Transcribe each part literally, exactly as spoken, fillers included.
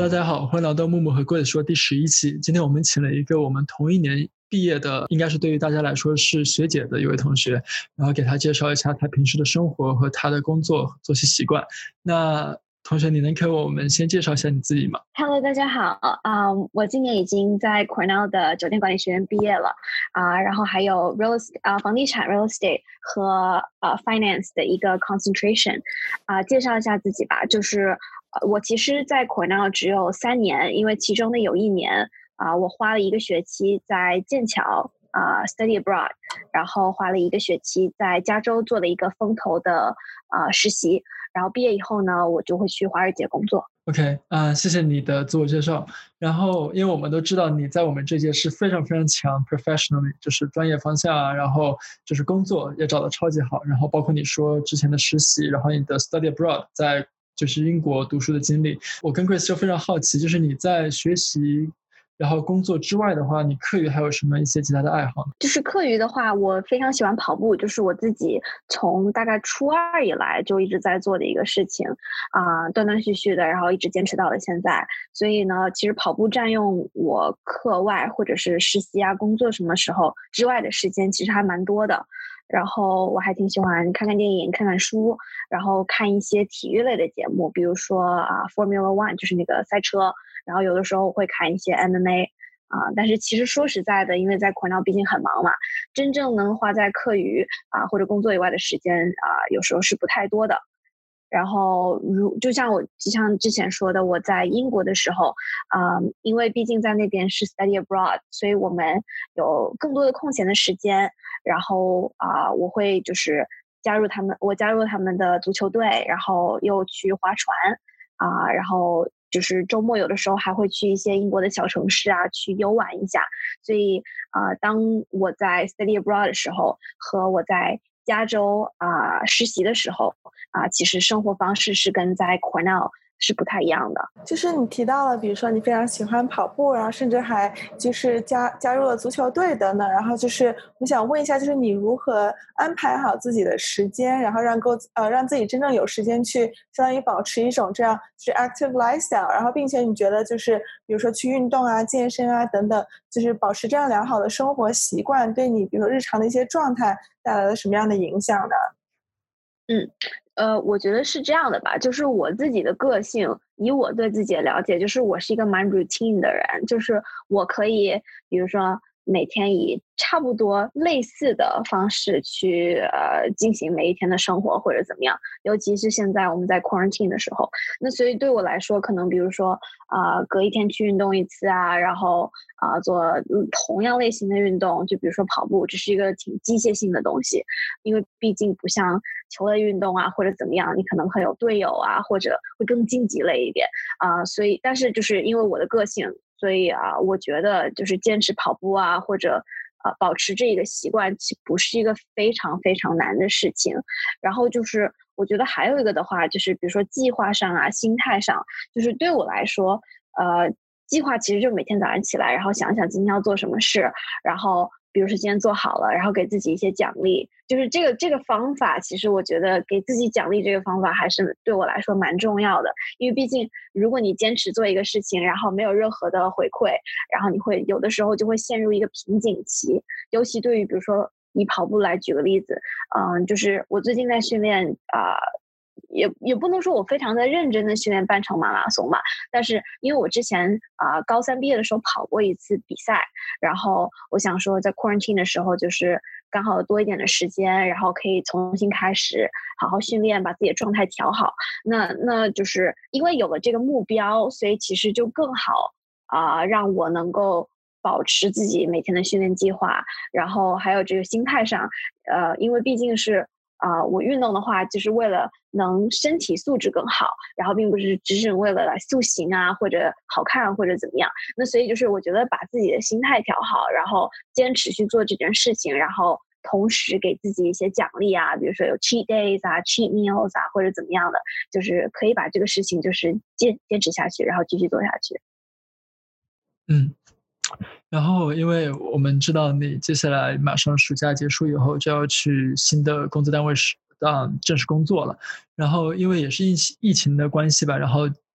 大家好，欢迎来到木木和贵的说第十一期。今天我们请了一个我们同一年毕业的，应该是对于大家来说是学姐的一位同学，然后给他介绍一下他平时的生活和他的工作作息习惯。那同学，你能给我们先介绍一下你自己吗？ Hello，大家好，啊、um, 我今年已经在 Cornell 的酒店管理学院毕业了，啊、uh, 然后还有 real estate 啊、uh, 房地产 real estate 和呃、uh, finance 的一个 concentration， 啊、uh, 介绍一下自己吧，就是呃我其实，在 Cornell 只有三年，因为其中的有一年啊、uh, 我花了一个学期在剑桥啊、uh, study abroad， 然后花了一个学期在加州做了一个风投的啊、uh, 实习。然后毕业以后呢，我就会去华尔街工作。 OK， 啊、呃，谢谢你的自我介绍。然后，因为我们都知道你在我们这届是非常非常强 ，professionally， 就是专业方向啊，然后就是工作也找得超级好。然后包括你说之前的实习，然后你的 study abroad 在就是英国读书的经历，我跟 Grace 就非常好奇，就是你在学习然后工作之外的话，你课余还有什么一些其他的爱好呢？ 就是课余的话，我非常喜欢跑步，就是我自己从大概初二以来就一直在做的一个事情，啊、呃，断断续续的，然后一直坚持到了现在。所以呢，其实跑步占用我课外或者是实习啊、工作什么时候之外的时间，其实还蛮多的。然后我还挺喜欢看看电影、看看书，然后看一些体育类的节目，比如说啊 Formula One， 就是那个赛车，然后有的时候会看一些 M M A。啊、呃，但是其实说实在的，因为在 Cornell 毕竟很忙嘛，真正能花在课余啊、呃、或者工作以外的时间啊、呃，有时候是不太多的。然后如就像我就像之前说的，我在英国的时候，啊、呃，因为毕竟在那边是 study abroad， 所以我们有更多的空闲的时间。然后啊、呃，我会就是加入他们，我加入他们的足球队，然后又去划船啊、呃，然后。就是周末有的时候还会去一些英国的小城市啊，去游玩一下。所以啊、呃，当我在 study abroad 的时候，和我在加州啊、呃、实习的时候啊、呃，其实生活方式是跟在 Cornell 是不太一样的。 就是你提到了，比如说你非常喜欢跑步，然后甚至还就是加加入了足球队等等。然后就是我想问一下，就是你如何安排好自己的时间，然后让够呃让自己真正有时间去相当于保持一种这样就是 active lifestyle， 然后并且你觉得就是比如说去运动啊、健身啊等等，就是保持这样良好的生活习惯，对你比如说日常的一些状态带来了什么样的影响呢？ 嗯，呃，我觉得是这样的吧，就是我自己的个性，以我对自己的了解，就是我是一个蛮 routine 的人，就是我可以，比如说每天以差不多类似的方式去呃进行每一天的生活或者怎么样，尤其是现在我们在 quarantine 的时候，那所以对我来说，可能比如说啊、呃、隔一天去运动一次啊，然后啊、呃、做同样类型的运动，就比如说跑步，这是一个挺机械性的东西，因为毕竟不像球类运动啊或者怎么样，你可能会有队友啊，或者会更竞技类一点啊、呃，所以但是就是因为我的个性。所以啊，我觉得就是坚持跑步啊，或者呃保持这个习惯，其不是一个非常非常难的事情。然后就是我觉得还有一个的话，就是比如说计划上啊、心态上，就是对我来说，呃，计划其实就每天早上起来，然后想想今天要做什么事，然后比如说今天做好了，然后给自己一些奖励，就是这个这个方法，其实我觉得给自己奖励这个方法还是对我来说蛮重要的，因为毕竟如果你坚持做一个事情，然后没有任何的回馈，然后你会有的时候就会陷入一个瓶颈期，尤其对于比如说以跑步来举个例子，嗯，就是我最近在训练啊。呃也也不能说我非常的认真的训练半程马拉松嘛，但是因为我之前啊、呃、高三毕业的时候跑过一次比赛，然后我想说在 quarantine 的时候就是刚好多一点的时间，然后可以重新开始好好训练，把自己的状态调好。那那就是因为有了这个目标，所以其实就更好啊、呃，让我能够保持自己每天的训练计划，然后还有这个心态上，呃，因为毕竟是。啊、呃，我运动的话，就是为了能身体素质更好，然后并不是只是为了来塑形啊，或者好看或者怎么样。那所以就是我觉得把自己的心态调好，然后坚持去做这件事情，然后同时给自己一些奖励啊，比如说有 cheat days 啊、cheat meals 啊，或者怎么样的，就是可以把这个事情就是坚坚持下去，然后继续做下去。 嗯。然后，因为我们知道你接下来马上暑假结束以后就要去新的工作单位是啊正式工作了，然后因为也是疫疫情的关系吧，然后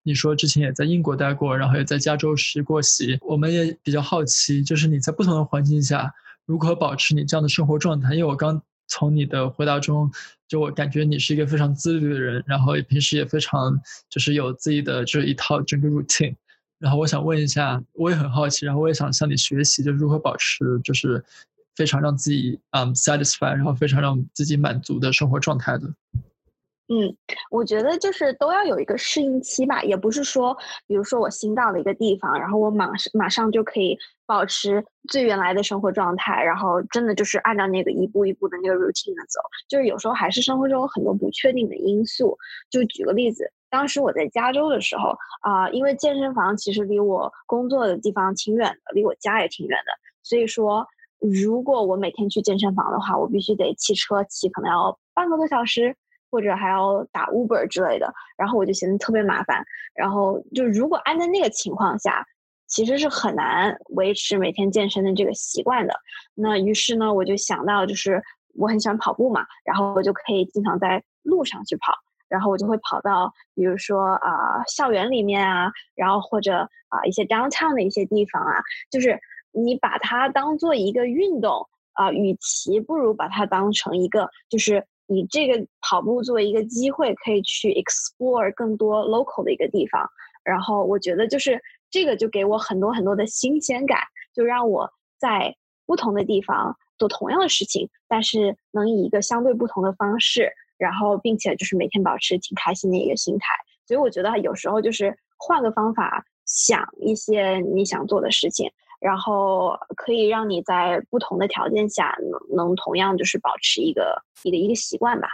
你说之前也在英国待过，然后也在加州实过习，我们也比较好奇，就是你在不同的环境下如何保持你这样的生活状态。因为我刚从你的回答中，就我感觉你是一个非常自律的人，然后平时也非常就是有自己的这一套整个 routine。然后我想问一下，我也很好奇，然后我也想向你学习，就是如何保持就是非常让自己嗯、um, satisfy， 然后非常让自己满足的生活状态的。 嗯，我觉得就是都要有一个适应期吧，也不是说，比如说我新到了一个地方，然后我马上马上就可以保持最原来的生活状态，然后真的就是按照那个一步一步的那个 routine 的走。就是有时候还是生活中有很多不确定的因素。就举个例子，当时我在加州的时候啊、呃，因为健身房其实离我工作的地方挺远的，离我家也挺远的，所以说如果我每天去健身房的话，我必须得骑车骑，可能要半个多小时。或者还要打 Uber 之类的，然后我就显得特别麻烦。然后就如果按照那个情况下，其实是很难维持每天健身的这个习惯的。那于是呢，我就想到，就是我很喜欢跑步嘛，然后我就可以经常在路上去跑，然后我就会跑到，比如说啊、呃、校园里面啊，然后或者啊、呃、一些 downtown 的一些地方啊，就是你把它当做一个运动啊、呃，与其不如把它当成一个就是。以这个跑步作为一个机会，可以去 explore 更多 local 的一个地方，然后我觉得就是这个就给我很多很多的新鲜感，就让我在不同的地方做同样的事情，但是能以一个相对不同的方式，然后并且就是每天保持挺开心的一个心态。所以我觉得有时候就是换个方法想一些你想做的事情，然后可以让你在不同的条件下能能同样就是保持一个一个一个习惯吧。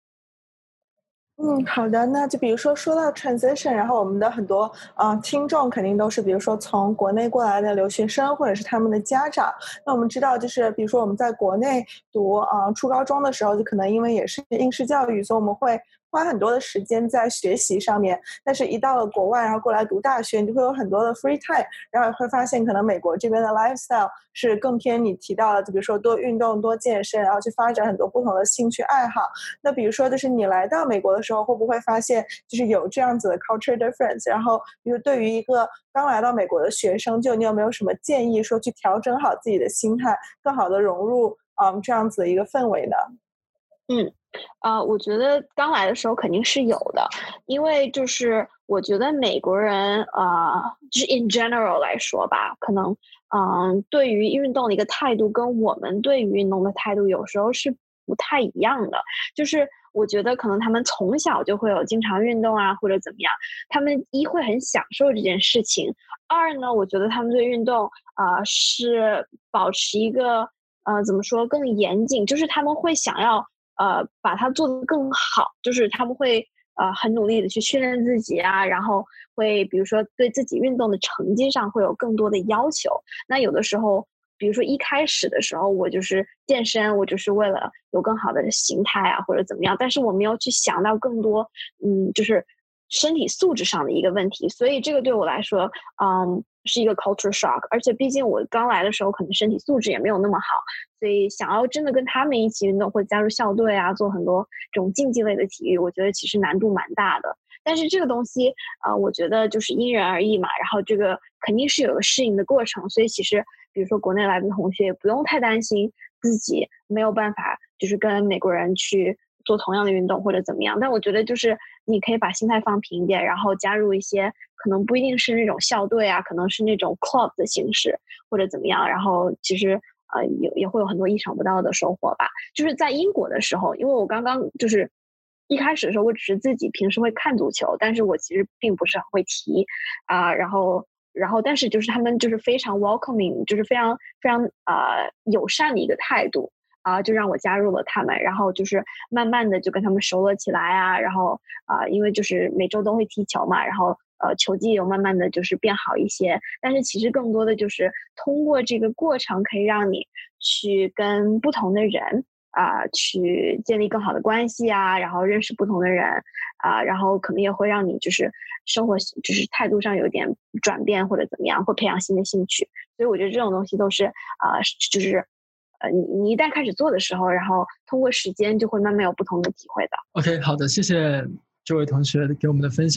嗯，好的。那就比如说说到 transition，然后我们的很多呃听众肯定都是比如说从国内过来的留学生，或者是他们的家长。那我们知道，就是比如说我们在国内读呃初高中的时候，就可能因为也是应试教育，所以我们会花很多的时间在学习上面。但是一到了国外，然后过来读大学，你就会有很多的 free time，然后会发现可能美国这边的 lifestyle 是更偏你提到的，就比如说多运动、多健身，然后去发展很多不同的兴趣爱好。那比如说，就是你来到美国的时候，会不会发现就是有这样子的 culture difference？然后，比如对于一个刚来到美国的学生，就你有没有什么建议，说去调整好自己的心态，更好的融入嗯这样子的一个氛围呢？ 嗯，呃，我觉得刚来的时候肯定是有的，因为就是我觉得美国人，呃，就是 in general 来说吧，可能，嗯、呃，对于运动的一个态度跟我们对于运动的态度有时候是不太一样的。就是我觉得可能他们从小就会有经常运动啊，或者怎么样，他们一会很享受这件事情，二呢，我觉得他们对运动啊、呃、是保持一个呃怎么说更严谨，就是他们会想要。呃，把它做得更好，就是他们会呃很努力的去训练自己啊，然后会比如说对自己运动的成绩上会有更多的要求。那有的时候，比如说一开始的时候，我就是健身，我就是为了有更好的形态啊，或者怎么样，但是我没有去想到更多，嗯，就是身体素质上的一个问题，所以这个对我来说，嗯，是一个 culture shock。而且毕竟我刚来的时候，可能身体素质也没有那么好，所以想要真的跟他们一起运动，或者加入校队啊，做很多这种竞技类的体育，我觉得其实难度蛮大的。但是这个东西，呃，我觉得就是因人而异嘛，然后这个肯定是有个适应的过程，所以其实比如说国内来的同学也不用太担心自己没有办法，就是跟美国人去做同样的运动或者怎么样。但我觉得就是你可以把心态放平一点，然后加入一些可能不一定是那种校队啊，可能是那种 club 的形式或者怎么样，然后其实呃也也会有很多意想不到的收获吧。就是在英国的时候，因为我刚刚就是一开始的时候，我只是自己平时会看足球，但是我其实并不是很会踢啊、然后然后但是就是他们就是非常 welcoming，就是非常非常呃友善的一个态度。啊、就让我加入了他们，然后就是慢慢的就跟他们熟了起来啊，然后啊、因为就是每周都会踢球嘛，然后呃球技又慢慢的就是变好一些，但是其实更多的就是通过这个过程可以让你去跟不同的人啊、去建立更好的关系啊，然后认识不同的人啊、然后可能也会让你就是生活就是态度上有点转变或者怎么样，会培养新的兴趣，所以我觉得这种东西都是啊、就是呃，你你一旦开始做的时候，然后通过时间就会慢慢有不同的体会的。 OK，好的，谢谢这位同学给我们的分享。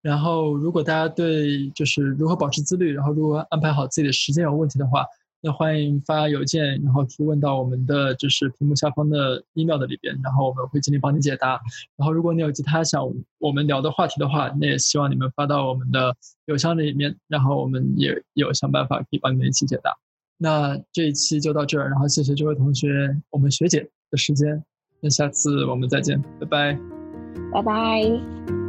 然后如果大家对就是如何保持自律，然后如何安排好自己的时间有问题的话，那欢迎发邮件，然后提问到我们的就是屏幕下方的 email 的里边，然后我们会尽力帮你解答。然后如果你有其他想我们聊的话题的话，那也希望你们发到我们的邮箱里面，然后我们也有想办法可以帮你们一起解答。那这一期就到这儿，然后谢谢这位同学，我们学姐的时间，那下次我们再见，拜拜， 拜拜。